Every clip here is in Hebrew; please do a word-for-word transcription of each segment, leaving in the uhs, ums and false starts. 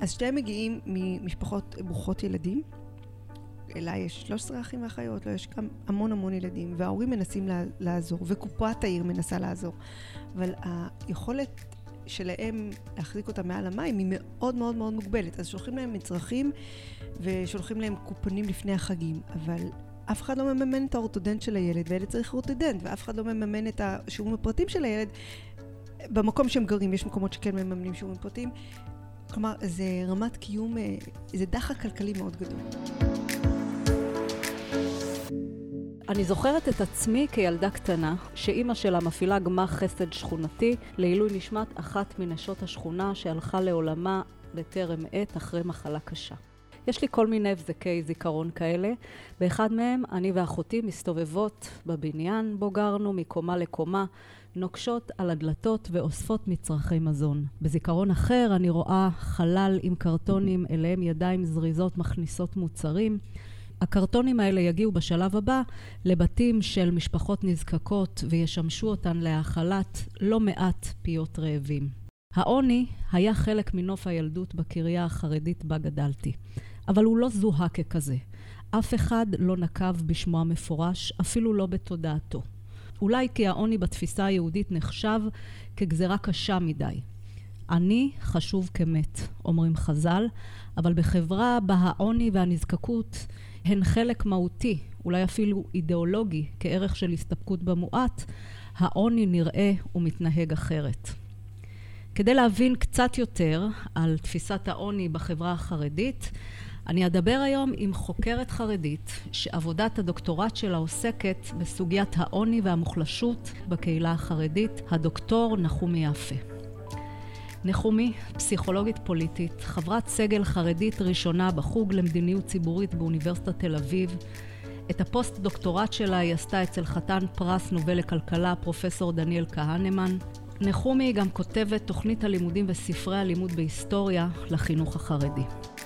אז שתיהם מגיעים ממשפחות ברוכות ילדים. אליי יש שלושה עשר אחים ואחיות, לא, יש גם המון המון ילדים, וההורים מנסים לעזור, וקופת העיר מנסה לעזור. אבל היכולת שלהם להחזיק אותם מעל המים היא מאוד מאוד מאוד מוגבלת. אז שולחים להם מצרכים ושולחים להם קופונים לפני החגים, אבל אף אחד לא מממן את האורתודנט של הילד, והילד צריך אורתודנט, ואף אחד לא מממן את השיעורים הפרטיים של הילד. במקום שהם גרים, יש מקומות שכן מממנים שיעורים פרטיים. כלומר, זה רמת קיום, זה דחק כלכלי מאוד גדול. אני זוכרת את עצמי כילדה קטנה, שאימא שלה מפעילה גמ"ח חסד שכונתי לעילוי נשמת אחת מנשות השכונה שהלכה לעולמה בטרם עת אחרי מחלה קשה. יש לי כל מיני הבזקי זיכרון כאלה. באחד מהם אני ואחותי מסתובבות בבניין, בו גרנו מקומה לקומה, נוקשות על הדלתות ואוספות מצרכי מזון. בזיכרון אחר אני רואה חלל עם קרטונים, אליהם ידיים זריזות מכניסות מוצרים. הקרטונים האלה יגיעו בשלב הבא לבתים של משפחות נזקקות וישמשו אותן להאכלת לא מעט פיות רעבים. העוני היה חלק מנוף הילדות בקריה החרדית בה גדלתי, אבל הוא לא זוהה ככזה. אף אחד לא נקב בשמו המפורש, אפילו לא בתודעתו. אולי כי העוני בתפיסה היהודית נחשב כגזרה קשה מדי. אני חשוב כמת, אומרים חז"ל, אבל בחברה בה העוני והנזקקות הן חלק מהותי, אולי אפילו אידיאולוגי, כערך של הסתפקות במועט, העוני נראה ומתנהג אחרת. כדי להבין קצת יותר על תפיסת העוני בחברה החרדית, אני אדבר היום עם חוקרת חרדית שעבודת הדוקטורט שלה עוסקת בסוגיית העוני והמוחלשות בקהילה החרדית, הדוקטור נחומי יפה. נחומי, פסיכולוגית פוליטית, חברת סגל חרדית ראשונה בחוג למדיניות ציבורית באוניברסיטת תל אביב. את הפוסט דוקטורט שלה היא עשתה אצל חתן פרס נובל לכלכלה, פרופסור דניאל כהנמן. נחומי היא גם כותבת תוכנית הלימודים וספרי הלימוד בהיסטוריה לחינוך החרדי.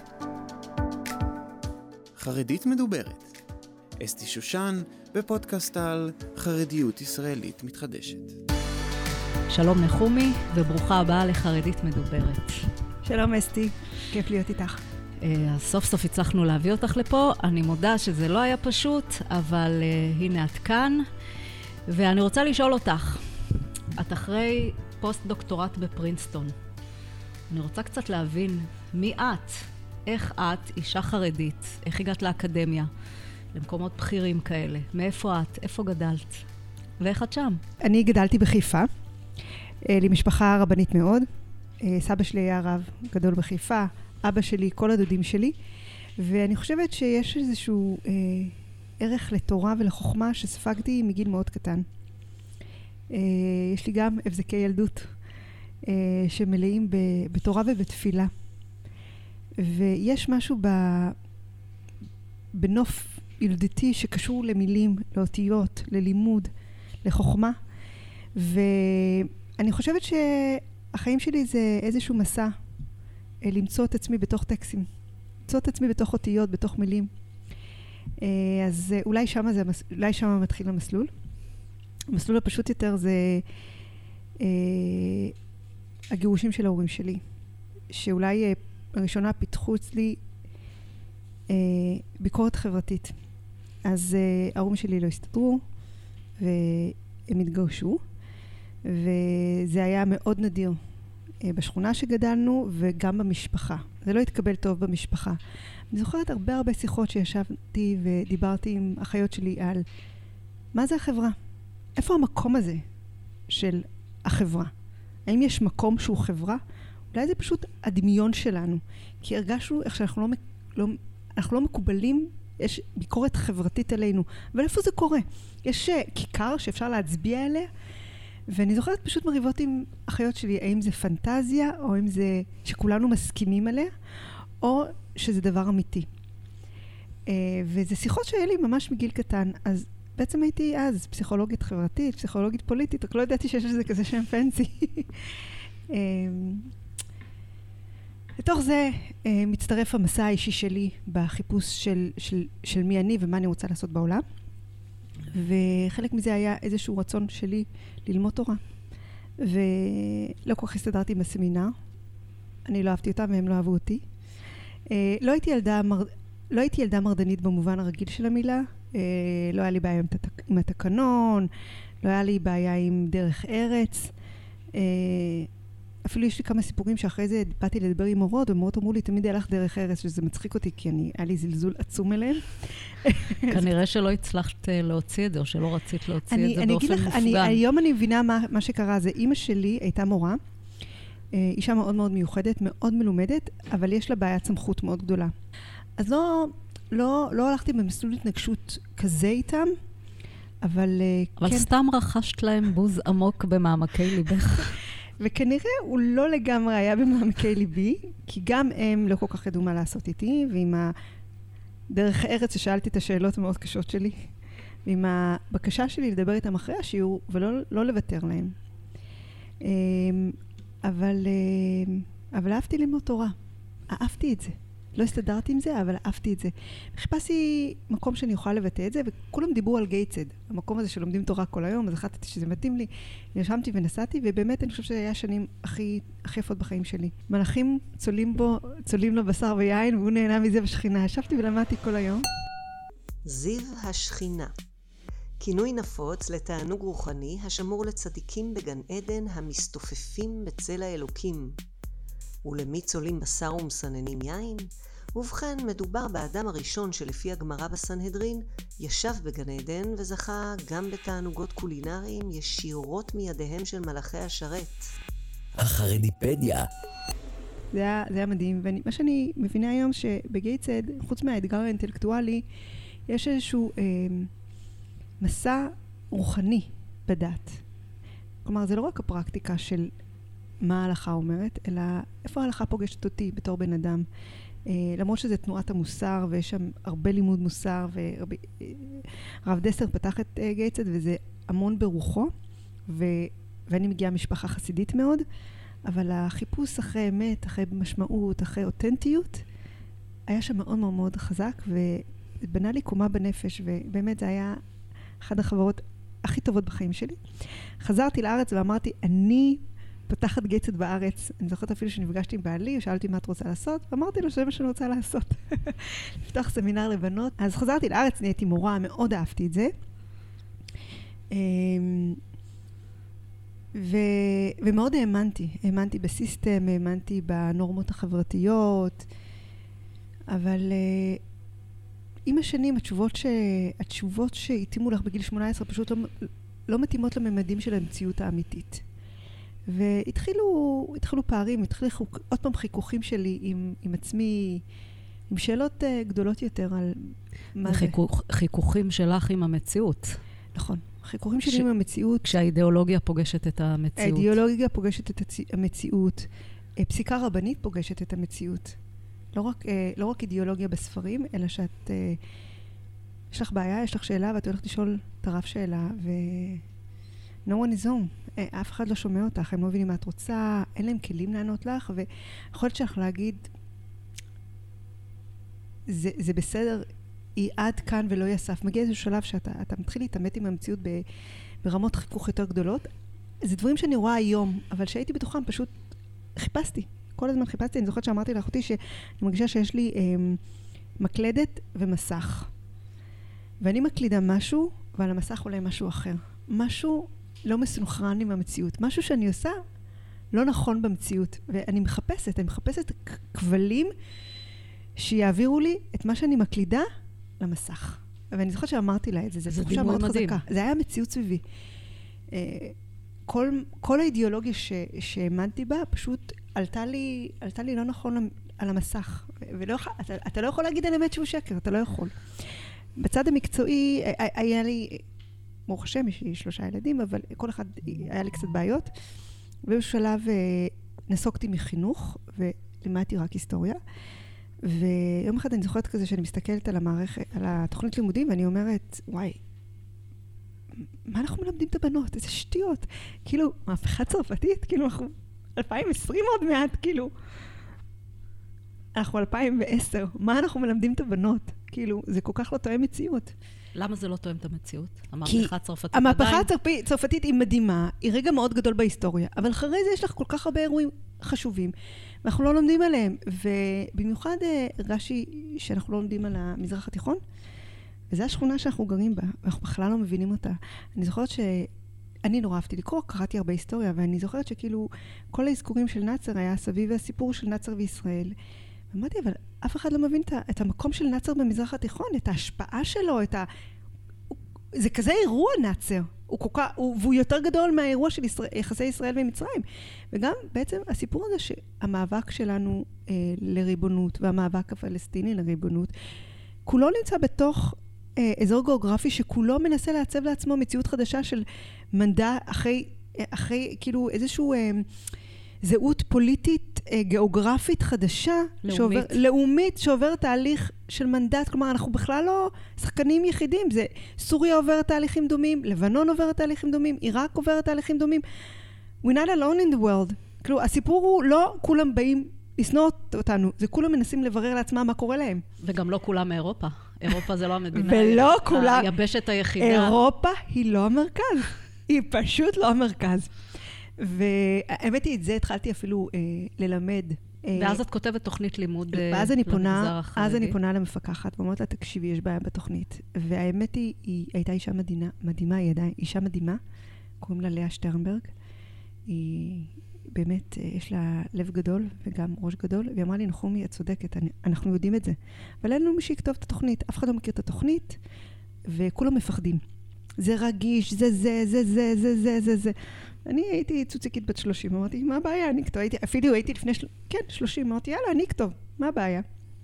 חרדית מדוברת. אסתי שושן בפודקאסט על חרדיות ישראלית מתחדשת. שלום נחומי, וברוכה הבאה לחרדית מדוברת. שלום אסתי, כיף להיות איתך. אז סוף סוף הצלחנו להביא אותך לפה. אני מודה שזה לא היה פשוט, אבל uh, הנה את כאן. ואני רוצה לשאול אותך, את אחרי פוסט דוקטורט בפרינסטון. אני רוצה קצת להבין מי את, איך את, אישה חרדית, איך הגעת לאקדמיה, למקומות בכירים כאלה, מאיפה את, איפה גדלת, ואיך את שם? אני גדלתי בחיפה. לי משפחה רבנית מאוד. סבא שלי היה רב גדול בחיפה, אבא שלי, כל הדודים שלי, ואני חושבת שיש איזשהו אה, ערך לתורה ולחוכמה שספגתי מגיל מאוד קטן. אה, יש לי גם הבזקי ילדות אה, שמלאים ב, בתורה ובתפילה. ויש משהו ב, בנוף ילדתי שקשור למילים, לאותיות, ללימוד, לחוכמה, ו... אני חושבת שהחיים שלי זה איזשהו מסע, למצוא את עצמי בתוך טקסטים, למצוא את עצמי בתוך אותיות, בתוך מילים. אז אולי שמה זה, אולי שמה מתחיל המסלול. המסלול הפשוט יותר זה הגירושים של ההורים שלי, שאולי הראשונה פיתחו אצלי ביקורת חברתית. אז ההורים שלי לא הסתדרו, והם התגרשו. וזה היה מאוד נדיר בשכונה שגדלנו וגם במשפחה. זה לא התקבל טוב במשפחה. אני זוכרת הרבה הרבה שיחות שישבתי ודיברתי עם אחיות שלי על מה זה החברה? איפה המקום הזה של החברה? האם יש מקום שהוא חברה? אולי זה פשוט הדמיון שלנו. כי הרגשנו איך שאנחנו לא, לא, אנחנו לא מקובלים, יש ביקורת חברתית עלינו. אבל איפה זה קורה? יש כיכר שאפשר להצביע עליה, ואני זוכרת פשוט מריבות עם אחיות שלי, האם זה פנטזיה, או האם זה שכולנו מסכימים עליה, או שזה דבר אמיתי. וזה שיחות שהיה לי ממש מגיל קטן, אז בעצם הייתי אז פסיכולוגית חברתית, פסיכולוגית פוליטית, רק לא ידעתי שיש לזה כזה שם פנסי. לתוך זה מצטרף המסע האישי שלי בחיפוש של, של, של מי אני ומה אני רוצה לעשות בעולם. וחלק מזה היה איזשהו רצון שלי ללמוד תורה. ולא כל כך הסתדרתי בסמינר. אני לא אהבתי אותם והם לא אהבו אותי. אה, לא הייתי ילדה, מר... לא הייתי ילדה מרדנית במובן הרגיל של המילה. אה, לא היה לי בעיה עם, תת... עם התקנון, לא היה לי בעיה עם דרך ארץ. אה, אפילו יש לי כמה סיפורים שאחרי זה באתי לדבר עם מורות, ומורות אמרו לי, תמיד הלך דרך ארץ, שזה מצחיק אותי, כי אני, היה לי זלזול עצום אליהם. כנראה שלא הצלחת להוציא את זה, או שלא רצית להוציא את זה באופן מופגן. אני, היום אני מבינה מה, מה שקרה, זה אמא שלי הייתה מורה, אישה מאוד מאוד מיוחדת, מאוד מלומדת, אבל יש לה בעיית סמכות מאוד גדולה. אז לא, לא, לא הלכתי במסלול התנגשות כזה איתם, אבל, אבל כן. סתם רכשת להם בוז עמוק במעמקי ליבך. וכנראה הוא לא לגמרי היה במעמקי ליבי, כי גם הם לא כל כך ידעו מה לעשות איתי, ועם הדרך ארץ ששאלתי את השאלות המאוד קשות שלי, ועם הבקשה שלי לדבר איתם אחרי השיעור, ולא לא לוותר להם. אבל, אבל אהבתי ללמוד תורה. אהבתי את זה. לא הסתדרתי עם זה, אבל אהבתי את זה. חיפשתי מקום שאני יכולה לבטא את זה, וכולם דיברו על גייטסד, המקום הזה שלומדים תורה כל היום, אז החלטתי שזה מתאים לי, נרשמתי ונסעתי, ובאמת אני חושבת שזה היה השנים הכי, הכי יפות בחיים שלי. מלאכים צולים בו, צולים לו בשר ויין, והוא נהנה מזה בשכינה. ישבתי ולמדתי כל היום. זיו השכינה. כינוי נפוץ לתענוג רוחני השמור לצדיקים בגן עדן המסתופפים בצל האלוקים. ולמי צולים בשר ומסננים יין? ובכן, מדובר באדם הראשון שלפי הגמרא בסנהדרין ישב בגן עדן וזכה גם בתענוגות קולינריים ישירות מידיהם של מלאכי השרת. החרדיפדיה. זה היה, זה היה מדהים, ומה שאני מבינה היום שבגייטסד, חוץ מהאתגר האינטלקטואלי, יש איזשהו אה, מסע רוחני בדת. כלומר, זה לא רק הפרקטיקה של מה ההלכה אומרת, אלא איפה ההלכה פוגשת אותי בתור בן אדם. Uh, למרות שזה תנועת המוסר, ויש שם הרבה לימוד מוסר, ורב דסר פתח את uh, גייטסד, וזה המון ברוחו, ו... ואני מגיעה משפחה חסידית מאוד, אבל החיפוש אחרי אמת, אחרי משמעות, אחרי אותנטיות, היה שם מאוד מאוד מאוד חזק, ובנה לי קומה בנפש, ובאמת זה היה אחת החברות הכי טובות בחיים שלי. חזרתי לארץ ואמרתי, אני פתחת גייטסד בארץ. אני זוכרת אפילו שנפגשתי עם בעלי, ושאלתי מה את רוצה לעשות, ואמרתי לו שזה מה שאני רוצה לעשות. לפתוח סמינר לבנות. אז חזרתי לארץ, נהייתי מורה, מאוד אהבתי את זה. ו... ומאוד האמנתי. האמנתי בסיסטם, האמנתי בנורמות החברתיות, אבל uh, עם השנים, התשובות, ש... התשובות שהתאימו לך בגיל שמונה עשרה פשוט לא, לא מתאימות לממדים של המציאות האמיתית. והתחילו, התחילו פערים, התחילו חיכ... עוד פעם חיכוכים שלי עם, עם עצמי, עם שאלות uh, גדולות יותר על מה זה. חיכוך, חיכוכים שלך עם המציאות. נכון. חיכוכים שלי ש... עם המציאות. כשהאידיאולוגיה פוגשת את המציאות. האידיאולוגיה פוגשת את הצ... המציאות. פסיקה רבנית פוגשת את המציאות. לא רק, uh, לא רק אידיאולוגיה בספרים, אלא שאת, uh, יש לך בעיה, יש לך שאלה, ואת הולכת לשאול את הרב שאלה, ו... no one is home. אף אחד לא שומע אותך, הם לא מבינים מה את רוצה, אין להם כלים לענות לך, ויכול להיות שלך להגיד, זה, זה בסדר, היא עד כאן ולא יסף. מגיע איזשהו שלב שאתה אתה מתחיל להתאמת עם המציאות ב, ברמות חיכוך יותר גדולות. זה דברים שאני רואה היום, אבל שהייתי בתוכם פשוט חיפשתי. כל הזמן חיפשתי. אני זוכרת שאמרתי לאחותי שאני מרגישה שיש לי אה, מקלדת ומסך. ואני מקלידה משהו, ועל המסך עולה משהו אחר. משהו לא מסונכרן עם המציאות. משהו שאני עושה לא נכון במציאות. ואני מחפשת, אני מחפשת כבלים שיעבירו לי את מה שאני מקלידה למסך. ואני זוכרת שאמרתי לה את זה, זה תחושה מאוד חזקה. זה היה מציאות סביבי. כל, כל האידיאולוגיה ש, שהאמנתי בה, פשוט עלתה לי, עלתה לי לא נכון על המסך. ולא, אתה, אתה לא יכול להגיד על אמת שהוא שקר, אתה לא יכול. בצד המקצועי, היה לי, ברוך השם, יש לי שלושה ילדים, אבל כל אחד, היה לי קצת בעיות. ובשלב נסוקתי מחינוך, ולימדתי רק היסטוריה. ויום אחד אני זוכרת כזה שאני מסתכלת על המערכת, על התוכנית לימודים, ואני אומרת, וואי, מה אנחנו מלמדים את הבנות? איזה שטויות. כאילו, מהפכה צרפתית? כאילו, אנחנו אלפיים ועשרים עוד מעט, כאילו. אנחנו אלפיים ועשר. מה אנחנו מלמדים את הבנות? כאילו, זה כל כך לא תואם מציאות. למה זה לא תואם את המציאות? המהפכה הצרפתית המהפכה הצרפתית היא מדהימה, היא רגע מאוד גדול בהיסטוריה, אבל אחרי זה יש לך כל כך הרבה אירועים חשובים, ואנחנו לא לומדים עליהם, ובמיוחד רש"י שאנחנו לא לומדים על המזרח התיכון, וזו השכונה שאנחנו גרים בה, ואנחנו בכלל לא מבינים אותה. אני זוכרת שאני נורא אהבתי לקרוא, קראתי הרבה היסטוריה, ואני זוכרת שכאילו כל האזכורים של נאצר היה סביב הסיפור של נאצר וישראל. ואמרתי, אבל אף אחד לא מבין את המקום של נאצר במזרח התיכון, את ההשפעה שלו, את ה... זה כזה אירוע נאצר, הוא כל כך, הוא, והוא יותר גדול מהאירוע של ישראל, יחסי ישראל ומצרים. וגם בעצם הסיפור הזה שהמאבק שלנו אה, לריבונות, והמאבק הפלסטיני לריבונות, כולו נמצא בתוך אה, אזור גיאוגרפי שכולו מנסה לעצב לעצמו מציאות חדשה של מנדט אחרי, אחרי כאילו איזשהו אה, זהות פוליטית אה, גיאוגרפית חדשה, לאומית. שעובר, לאומית שעובר תהליך של מנדט, כלומר אנחנו בכלל לא שחקנים יחידים, זה סוריה עוברת תהליכים דומים, לבנון עוברת תהליכים דומים, עיראק עוברת תהליכים דומים. We're not alone in the world. כאילו הסיפור הוא לא כולם באים לשנוא אותנו, זה כולם מנסים לברר לעצמם מה קורה להם. וגם לא כולם מאירופה. אירופה זה לא המדינה. ולא כולם. היבשת היחידה. אירופה היא לא המרכז. היא פשוט לא המרכז. והאמת היא, את זה התחלתי אפילו אה, ללמד. ואז את כותבת תוכנית לימוד ואז אני פונה, למגזר החרדי. אז אני פונה למפקחת, ואומרת לה, תקשיבי, יש בעיה בתוכנית. והאמת היא, היא הייתה אישה מדהימה, מדהימה, היא עדיין אישה מדהימה, קוראים לה לאה שטרנברג. היא באמת, יש לה לב גדול וגם ראש גדול, והיא אמרה לי, נחומי, את צודקת, אנחנו יודעים את זה. אבל אין לנו מי שיכתוב את התוכנית, אף אחד לא מכיר את התוכנית, וכולם מפחדים. זה רגיש, זה זה, זה זה, זה זה, זה זה. אני הייתי צוציקית בת שלושים, אמרתי, מה הבעיה? אני אכתוב. הייתי, אפילו הייתי לפני, של... כן, שלושים, אמרתי, יאללה, אני אכתוב. מה הבעיה?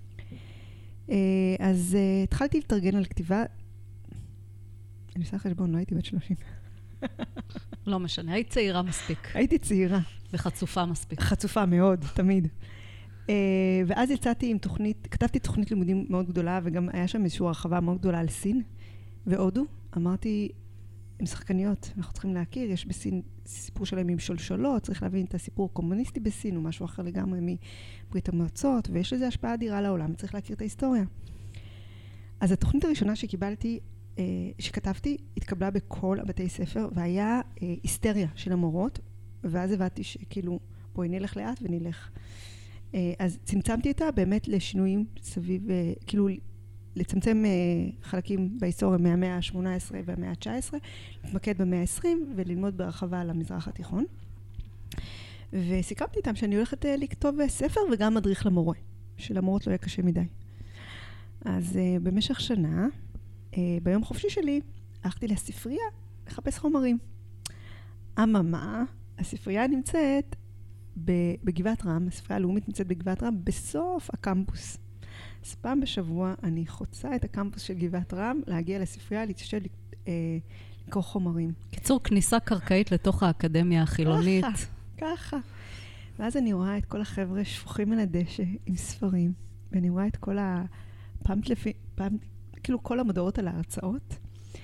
אז uh, התחלתי לתרגן על כתיבה. אני עושה חשבון, לא הייתי בת שלושים. לא משנה, היית צעירה מספיק. הייתי צעירה. וחצופה מספיק. חצופה מאוד, תמיד. Uh, ואז יצאתי עם תוכנית, כתבתי תוכנית לימודים מאוד גדולה, וגם היה שם איזושהי הרחבה מאוד גדולה על סין והודו. אמרתי, הם שחקניות, אנחנו צריכים להכיר, יש בסין סיפור שלהם עם שולשולות, צריך להבין את הסיפור הקומוניסטי בסין, או משהו אחר לגמרי מברית המועצות, ויש לזה השפעה אדירה לעולם, צריך להכיר את ההיסטוריה. אז התוכנית הראשונה שקיבלתי, אה, שכתבתי, התקבלה בכל הבתי ספר, והיה אה, היסטריה של המורות, ואז הבאתי שכאילו, בואי נלך לאט ונלך. אה, אז צמצמתי אותה באמת לשינויים סביב, אה, כאילו, לצמצם uh, חלקים בהיסטוריה מהמאה ה-שמונה עשרה והמאה ה-תשע עשרה, להתמקד במאה ה-עשרים וללמוד בהרחבה על המזרח התיכון. וסיכמתי איתם שאני הולכת uh, לכתוב uh, ספר וגם מדריך למורה, שלמורות לא יהיה קשה מדי. אז uh, במשך שנה, uh, ביום חופשי שלי, הלכתי לספרייה לחפש חומרים. אממה, הספרייה נמצאת בגבעת רם, הספרייה הלאומית נמצאת בגבעת רם, בסוף הקמפוס. אז פעם בשבוע אני חוצה את הקמפוס של גבעת רם, להגיע לספרייה, להתיישב, אה, לקרוא חומרים. קיצור, כניסה קרקעית לתוך האקדמיה החילונית. ככה, ככה. ואז אני רואה את כל החבר'ה שפוכים על הדשא עם ספרים, ואני רואה את כל הפמפלפים, פמפ, כאילו כל המודעות על ההרצאות,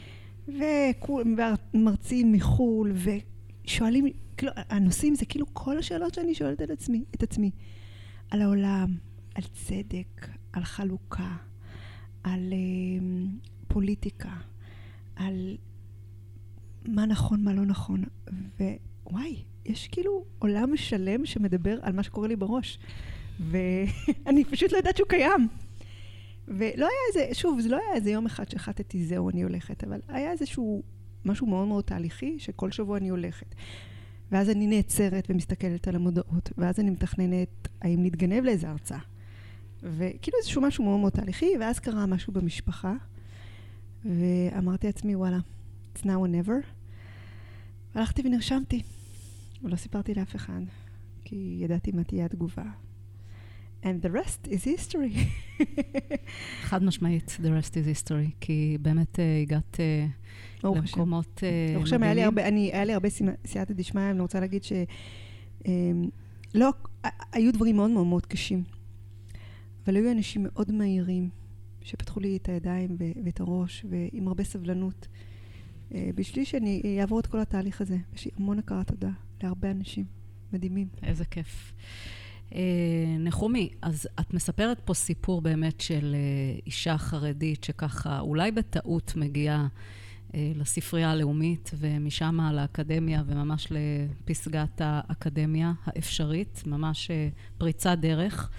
ומרצים מחול, ושואלים, כאילו, הנושאים זה כאילו כל השאלות שאני שואלת על עצמי, את עצמי, על העולם, על צדק, על חלוקה, על uh, פוליטיקה, על מה נכון, מה לא נכון. ווואי, יש כאילו עולם שלם שמדבר על מה שקורה לי בראש. ואני פשוט לא יודעת שהוא קיים. ולא היה איזה, שוב, זה לא היה איזה יום אחד שחטאתי זהו, אני הולכת, אבל היה איזשהו משהו מאוד מאוד תהליכי, שכל שבוע אני הולכת. ואז אני נעצרת ומסתכלת על המודעות, ואז אני מתכננת האם להתגנב לאיזה הרצאה. וכאילו איזשהו משהו מאוד מאוד תהליכי, ואז קרה משהו במשפחה, ואמרתי לעצמי, וואלה, it's now or never. והלכתי ונרשמתי, ולא סיפרתי לאף אחד, כי ידעתי מה תהיה התגובה. And the rest is history. חד משמעית, the rest is history, כי באמת uh, הגעת uh, למקומות uh, לא חושב, היה לי הרבה, אני, היה לי הרבה סייעתא דשמיא, אני רוצה להגיד ש... Um, לא, היו דברים מאוד מאוד מאוד קשים. אבל היו אנשים מאוד מהירים, שפתחו לי את הידיים ואת הראש, ועם הרבה סבלנות. בשביל שאני אעבור את כל התהליך הזה. יש לי המון הכרת תודה להרבה אנשים מדהימים. איזה כיף. נחומי, אז את מספרת פה סיפור באמת של אישה חרדית שככה אולי בטעות מגיעה לספרייה הלאומית ומשם לאקדמיה וממש לפסגת האקדמיה האפשרית, ממש פריצת דרך.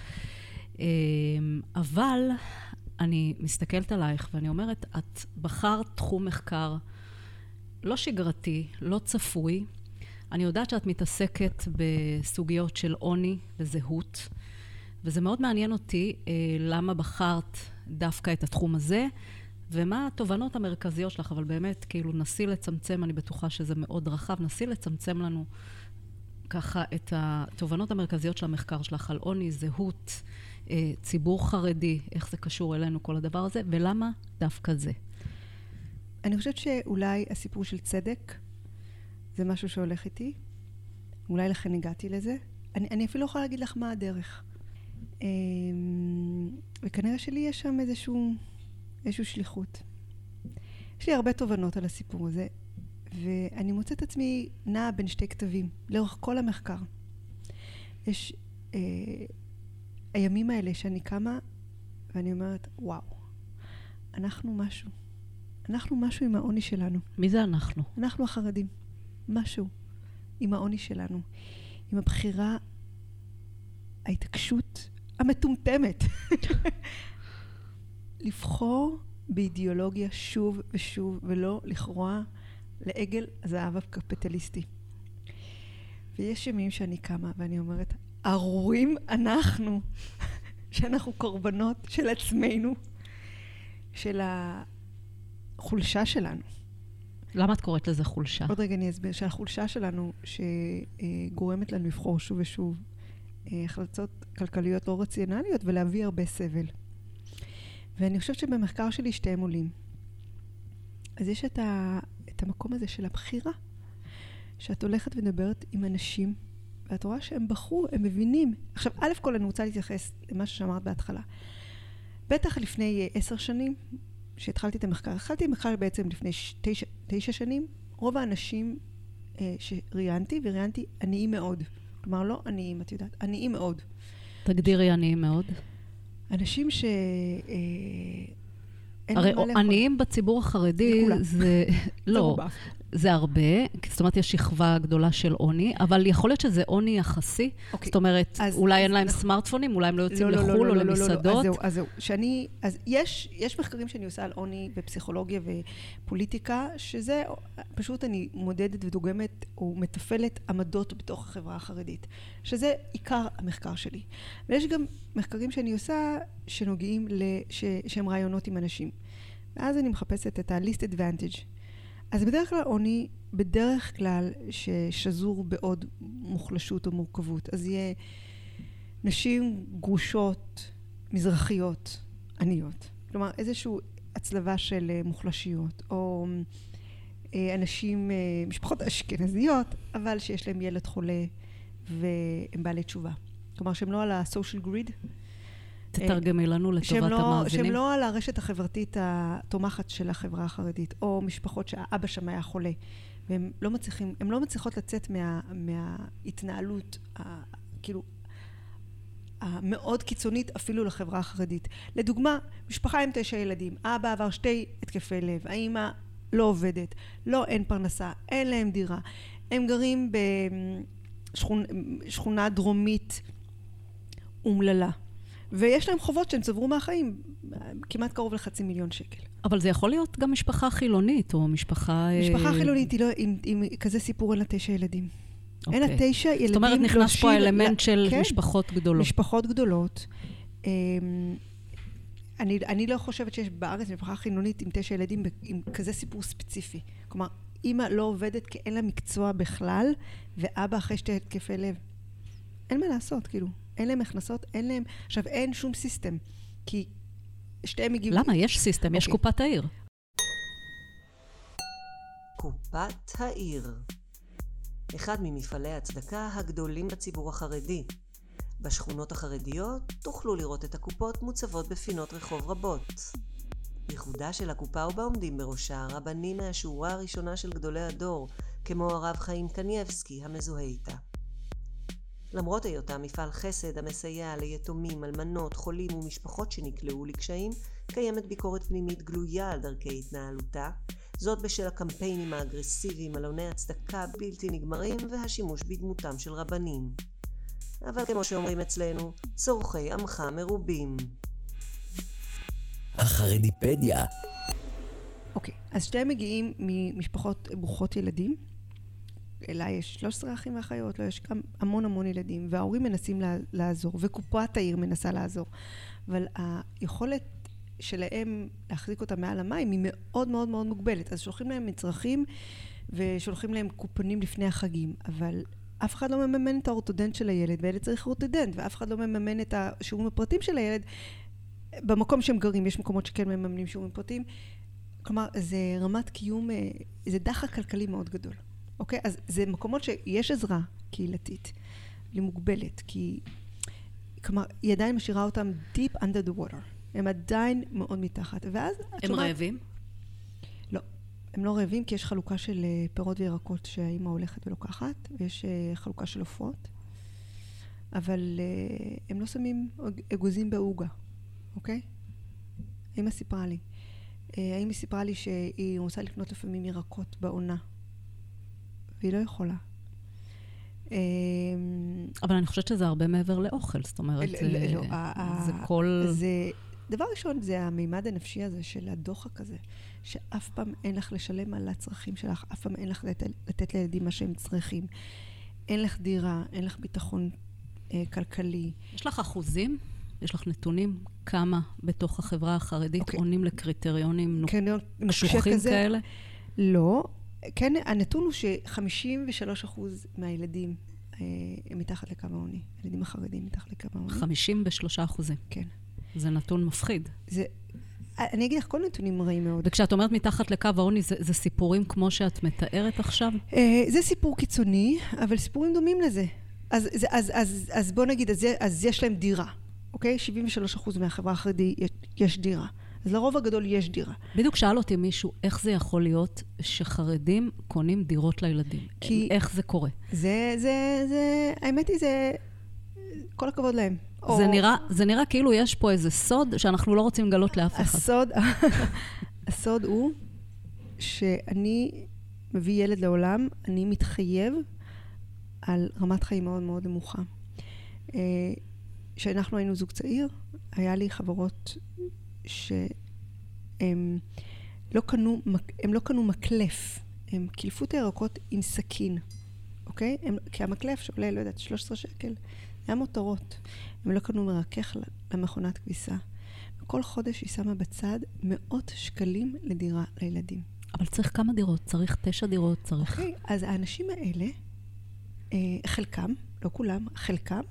אבל אני מסתכלת עלייך ואני אומרת, את בחרת תחום מחקר לא שגרתי, לא צפוי. אני יודעת שאת מתעסקת בסוגיות של עוני וזהות, וזה מאוד מעניין אותי למה בחרת דווקא את התחום הזה, ומה התובנות המרכזיות שלך, אבל באמת, כאילו, נסי לצמצם, אני בטוחה שזה מאוד רחב, נסי לצמצם לנו ככה את התובנות המרכזיות של המחקר שלך על עוני, זהות, ציבור חרדי, איך זה קשור אלינו, כל הדבר הזה, ולמה דווקא זה? אני חושבת שאולי הסיפור של צדק, זה משהו שהולך איתי. אולי לכן הגעתי לזה. אני, אני אפילו לא יכולה להגיד לך מה הדרך. וכנראה שלי יש שם איזשהו, איזשהו שליחות. יש לי הרבה תובנות על הסיפור הזה, ואני מוצאת עצמי נעה בין שתי כתבים, לאורך כל המחקר. יש אה, הימים האלה שאני קמה, ואני אומרת, וואו, אנחנו משהו. אנחנו משהו עם העוני שלנו. מי זה אנחנו? אנחנו החרדים. משהו עם העוני שלנו. עם הבחירה, ההתעקשות המטומטמת. לבחור באידיאולוגיה שוב ושוב, ולא לכרוע לעגל הזהב הקפיטליסטי. ויש ימים שאני קמה ואני אומרת, ארורים אנחנו, שאנחנו קורבנות של עצמנו, של החולשה שלנו. למה את קוראת לזה חולשה? עוד רגע אני אסביר, שהחולשה שלנו שגורמת לנו לבחור שוב ושוב החלטות כלכליות לא רציונליות ולהביא הרבה סבל. ואני חושבת שבמחקר שלי שתיהם עולים. אז יש את, ה, את המקום הזה של הבחירה, שאת הולכת ודברת עם אנשים, ואת רואה שהם בחרו, הם מבינים. עכשיו, א' כל אני רוצה להתייחס למה שאמרת בהתחלה. בטח לפני עשר שנים, שהתחלתי את המחקר, התחלתי מחקר בעצם לפני ש... תשע, תשע שנים, רוב האנשים אה, שראיינתי, וראיינתי עניים מאוד. כלומר, לא עניים, את יודעת, עניים מאוד. תגדירי עניים מאוד. אנשים ש... אה, הרי עניים בציבור החרדי זה... לא, זה הרבה, זאת אומרת, יש שכבה גדולה של עוני, אבל יכול להיות שזה עוני יחסי. זאת אומרת, אולי אין להם סמארטפונים, אולי הם לא יוצאים לחול או למסעדות. אז זהו, שאני... אז יש מחקרים שאני עושה על עוני ופסיכולוגיה ופוליטיקה, שזה פשוט אני מודדת ודוגמת או מטפלת עמדות בתוך החברה החרדית, שזה עיקר המחקר שלי. ויש גם מחקרים שאני עושה שנוגעים שהם רעיונות עם אנשים. ואז אני מחפשת את ה-least advantage. אז בדרך כלל עוני, בדרך כלל ששזור בעוד מוחלשות או מורכבות. אז יהיה נשים גרושות, מזרחיות, עניות. כלומר, איזושהי הצלבה של מוחלשיות, או אנשים, משפחות אשכנזיות, אבל שיש להם ילד חולה והם בעלי תשובה. כלומר, שהם לא על ה-social grid. תתרגמי לנו לטובת המאזינים. שהם לא על הרשת החברתית התומכת של החברה החרדית, או משפחות שהאבא שם היה חולה, והם לא מצליחים, הם לא מצליחות לצאת מה, מההתנהלות, ה, כאילו, המאוד קיצונית אפילו לחברה החרדית. לדוגמה, משפחה עם תשע ילדים, אבא עבר שתי התקפי לב, האמא לא עובדת, לא, אין פרנסה, אין להם דירה, הם גרים בשכונה דרומית אומללה. ויש להם חובות שהם צברו מהחיים, כמעט קרוב לחצי מיליון שקל. אבל זה יכול להיות גם משפחה חילונית, או משפחה... משפחה חילונית היא לא, עם, עם כזה סיפור אין לה תשע ילדים. Okay. אין לה תשע ילדים... זאת אומרת, נכנס פה האלמנט של כן, משפחות גדולות. משפחות גדולות. אני, אני לא חושבת שיש בארץ משפחה חילונית עם תשע ילדים, עם כזה סיפור ספציפי. כלומר, אמא לא עובדת כי אין לה מקצוע בכלל, ואבא אחרי שתי התקפי לב. אין מה לעשות, כאילו. אין להם הכנסות, אין להם... עכשיו, אין שום סיסטם, כי שתיהם הגיעו... למה? יש סיסטם, יש קופת העיר. קופת העיר. אחד ממפעלי הצדקה הגדולים בציבור החרדי. בשכונות החרדיות תוכלו לראות את הקופות מוצבות בפינות רחוב רבות. ייחודה של הקופה ובעומדים בראשה רבנים מהשורה הראשונה של גדולי הדור, כמו הרב חיים קניאבסקי המזוהה איתה. למרות היותה מפעל חסד המסייע ליתומים, אלמנות, חולים ומשפחות שנקלעו לקשיים, קיימת ביקורת פנימית גלויה על דרכי התנהלותה, זאת בשל הקמפיינים האגרסיביים, עלוני הצדקה בלתי נגמרים והשימוש בדמותם של רבנים. אבל כמו שאומרים אצלנו, צורכי עמך מרובים. החרדיפדיה. אוקיי, אז שתיהם מגיעים ממשפחות ברוכות ילדים. אליי יש שלושה עשר אחים ואחיות, לא, יש גם המון המון ילדים, וההורים מנסים לעזור, וקופת העיר מנסה לעזור. אבל היכולת שלהם להחזיק אותם מעל המים היא מאוד מאוד מאוד מוגבלת. אז שולחים להם מצרכים, ושולחים להם קופונים לפני החגים, אבל אף אחד לא מממן את האורתודנט של הילד, והילד צריך אורתודנט, ואף אחד לא מממן את השיעורים הפרטיים של הילד. במקום שהם גרים, יש מקומות שכן מממנים שיעורים פרטיים. כלומר, זה רמת קיום, זה דחק כלכלי מאוד גדול. אוקיי? אז זה מקומות שיש עזרה קהילתית, היא מוגבלת, כי, כלומר, היא עדיין משאירה אותם deep under the water. הם עדיין מאוד מתחת. ואז הם שומעת, רעבים? לא. הם לא רעבים, כי יש חלוקה של פירות וירקות שהאימא הולכת ולוקחת, ויש חלוקה של עופות, אבל הם לא שמים אגוזים בעוגה, אוקיי? האימא סיפרה לי. האימא סיפרה לי שהיא רוצה לקנות לפעמים ירקות בעונה, והיא לא יכולה. אבל אני חושבת שזה הרבה מעבר לאוכל, זאת אומרת, זה כל... דבר ראשון, זה המימד הנפשי הזה של הדוחק הזה, שאף פעם אין לך לשלם על הצרכים שלך, אף פעם אין לך לתת לילדים מה שהם צריכים. אין לך דירה, אין לך ביטחון כלכלי. יש לך אחוזים? יש לך נתונים? כמה בתוך החברה החרדית עונים לקריטריונים קשוחים כאלה? לא. כן, הנתון הוא ש-חמישים ושלושה אחוז מהילדים הם מתחת לקו העוני. הילדים החרדים מתחת לקו העוני. חמישים ושלושה אחוזים. כן. זה נתון מפחיד. זה, אני אגיד לך, כל נתונים רעים מאוד. וכשאת אומרת מתחת לקו העוני, זה, זה סיפורים כמו שאת מתארת עכשיו? זה סיפור קיצוני, אבל סיפורים דומים לזה. אז, אז, אז, אז, אז בוא נגיד, אז, אז יש להם דירה, אוקיי? שבעים ושלושה אחוז מהחברה החרדית יש דירה. אז לרוב הגדול יש דירה. בדיוק שאל אותי מישהו, איך זה יכול להיות שחרדים קונים דירות לילדים? כי איך זה קורה? זה, זה, זה, האמת היא, זה, כל הכבוד להם. זה נראה, זה נראה כאילו יש פה איזה סוד שאנחנו לא רוצים לגלות לאף אחד. הסוד, הסוד הוא שאני מביא ילד לעולם, אני מתחייב על רמת חיים מאוד מאוד נמוכה. כשאנחנו היינו זוג צעיר, היה לי חברות שהם לא קנו, הם לא קנו מקלף, הם קילפו את הירקות עם סכין, אוקיי? הם, כי המקלף שעולה, לא יודעת, שלושה עשר שקל, היה מותרות. הם לא קנו מרכך למכונת כביסה. כל חודש היא שמה בצד מאות שקלים לדירה לילדים. אבל צריך כמה דירות? צריך תשע דירות? צריך... אוקיי, אז האנשים האלה, חלקם, לא כולם, חלקם,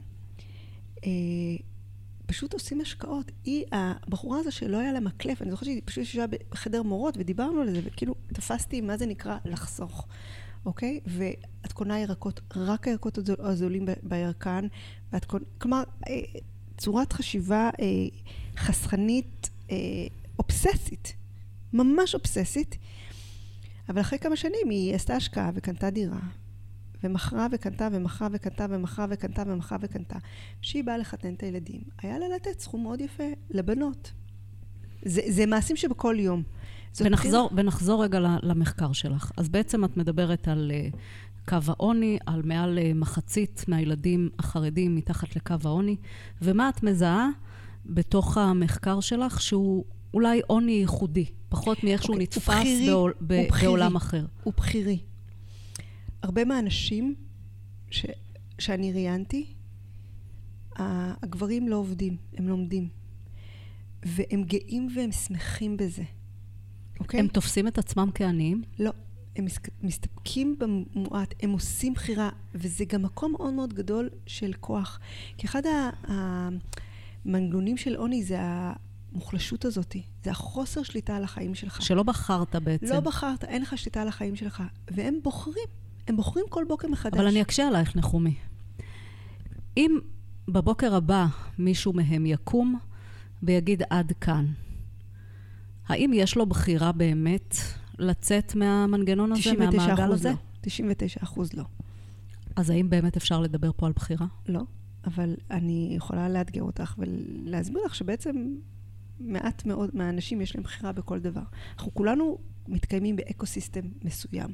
פשוט עושים השקעות. היא, הבחורה הזו שלא היה לה מקלף, אני זוכרת שהיא פשוט ישבה בחדר מורות, ודיברנו על זה, וכאילו תפסתי מה זה נקרא לחסוך. אוקיי? ואת קונה ירקות, רק הירקות הזולים בירקן, ואת קונה, כלומר, צורת חשיבה חסכנית, אובססית, ממש אובססית, אבל אחרי כמה שנים היא עשתה השקעה וקנתה דירה, ומחרה וקנתה ומחרה וקנתה ומחרה וקנתה ומחרה וקנתה. כשהיא באה לחתן את הילדים, היה לה לתת סכום מאוד יפה לבנות. זה, זה מעשים שבכל יום. ונחזור, ונחזור רגע למחקר שלך. אז בעצם את מדברת על קו העוני, על מעל מחצית מהילדים החרדים מתחת לקו העוני, ומה את מזהה בתוך המחקר שלך שהוא אולי עוני ייחודי, פחות מאיך שהוא נתפס בעול, ב, בעולם אחר? הוא בחירי. הרבה מהאנשים ש, שאני ראיינתי, הגברים לא עובדים, הם לומדים. והם גאים והם שמחים בזה. אוקיי? הם תופסים את עצמם כעניים? לא. הם מסתפקים במועט, הם עושים בחירה, וזה גם מקום מאוד מאוד גדול של כוח. כי אחד המנגנונים של עוני זה המוחלשות הזאת, זה החוסר שליטה על החיים שלך. שלא בחרת בעצם. לא בחרת, אין לך שליטה על החיים שלך. והם בוחרים, הם בוחרים כל בוקר מחדש. אבל אני אקשה עלייך, נחומי. אם בבוקר הבא מישהו מהם יקום ויגיד עד כאן, האם יש לו בחירה באמת לצאת מהמנגנון הזה, מהמעגל הזה? תשעים ותשעה אחוז לא. אז האם באמת אפשר לדבר פה על בחירה? לא, אבל אני יכולה לאתגר אותך ולהסביר לך שבעצם מעט מאוד מהאנשים יש להם בחירה בכל דבר. אנחנו כולנו מתקיימים באקוסיסטם מסוים,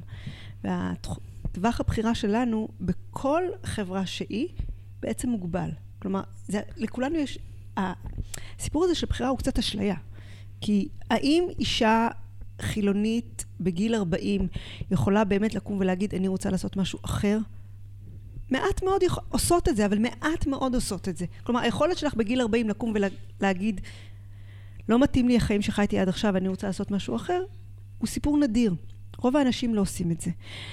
והטווח הבחירה שלנו בכל חברה שהיא בעצם מוגבל. כלומר, זה, לכולנו יש... הסיפור הזה של בחירה הוא קצת אשליה. כי האם אישה חילונית בגיל ארבעים יכולה באמת לקום ולהגיד, אני רוצה לעשות משהו אחר? מעט מאוד יכול, עושות את זה, אבל מעט מאוד עושות את זה. כלומר, היכולת שלך בגיל ארבעים לקום ולהגיד, לא מתאים לי החיים שחייתי עד עכשיו, אני רוצה לעשות משהו אחר, הוא סיפור נדיר. רוב האנשים לא עושים את זה.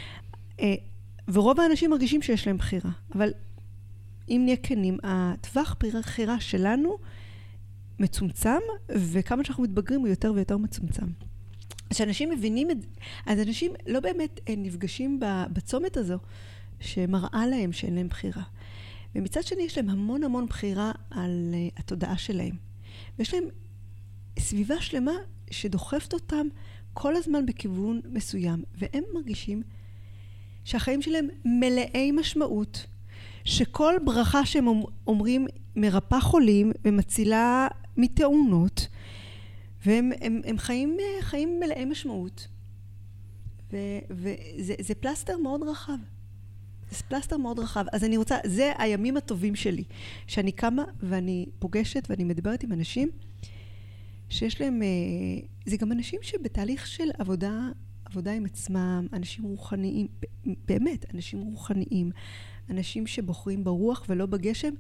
ורוב האנשים מרגישים שיש להם בחירה. אבל אם נהיה כנים, הטווח בחירה שלנו מצומצם, וכמה שאנחנו מתבגרים הוא יותר ויותר מצומצם. אז שאנשים מבינים את זה, אז אנשים לא באמת נפגשים בצומת הזו, שמראה להם שאין להם בחירה. ומצד שני יש להם המון המון בחירה על התודעה שלהם. ויש להם סביבה שלמה שדוחפת אותם כל הזמן בכיוון מסוים, והם מרגישים שהחיים שלהם מלאי משמעות, שכל ברכה שהם אומרים מרפא חולים ומצילה מתאונות, והם הם, הם חיים, חיים מלאי משמעות. ו, וזה זה פלסטר מאוד רחב. זה פלסטר מאוד רחב. אז אני רוצה, זה הימים הטובים שלי, שאני קמה ואני פוגשת ואני מדברת עם אנשים, שיש להם, זה גם אנשים שבתהליך של עבודה, עבודה עם עצמם, אנשים רוחניים, באמת, אנשים רוחניים, אנשים שבוחרים ברוח ולא בגשם,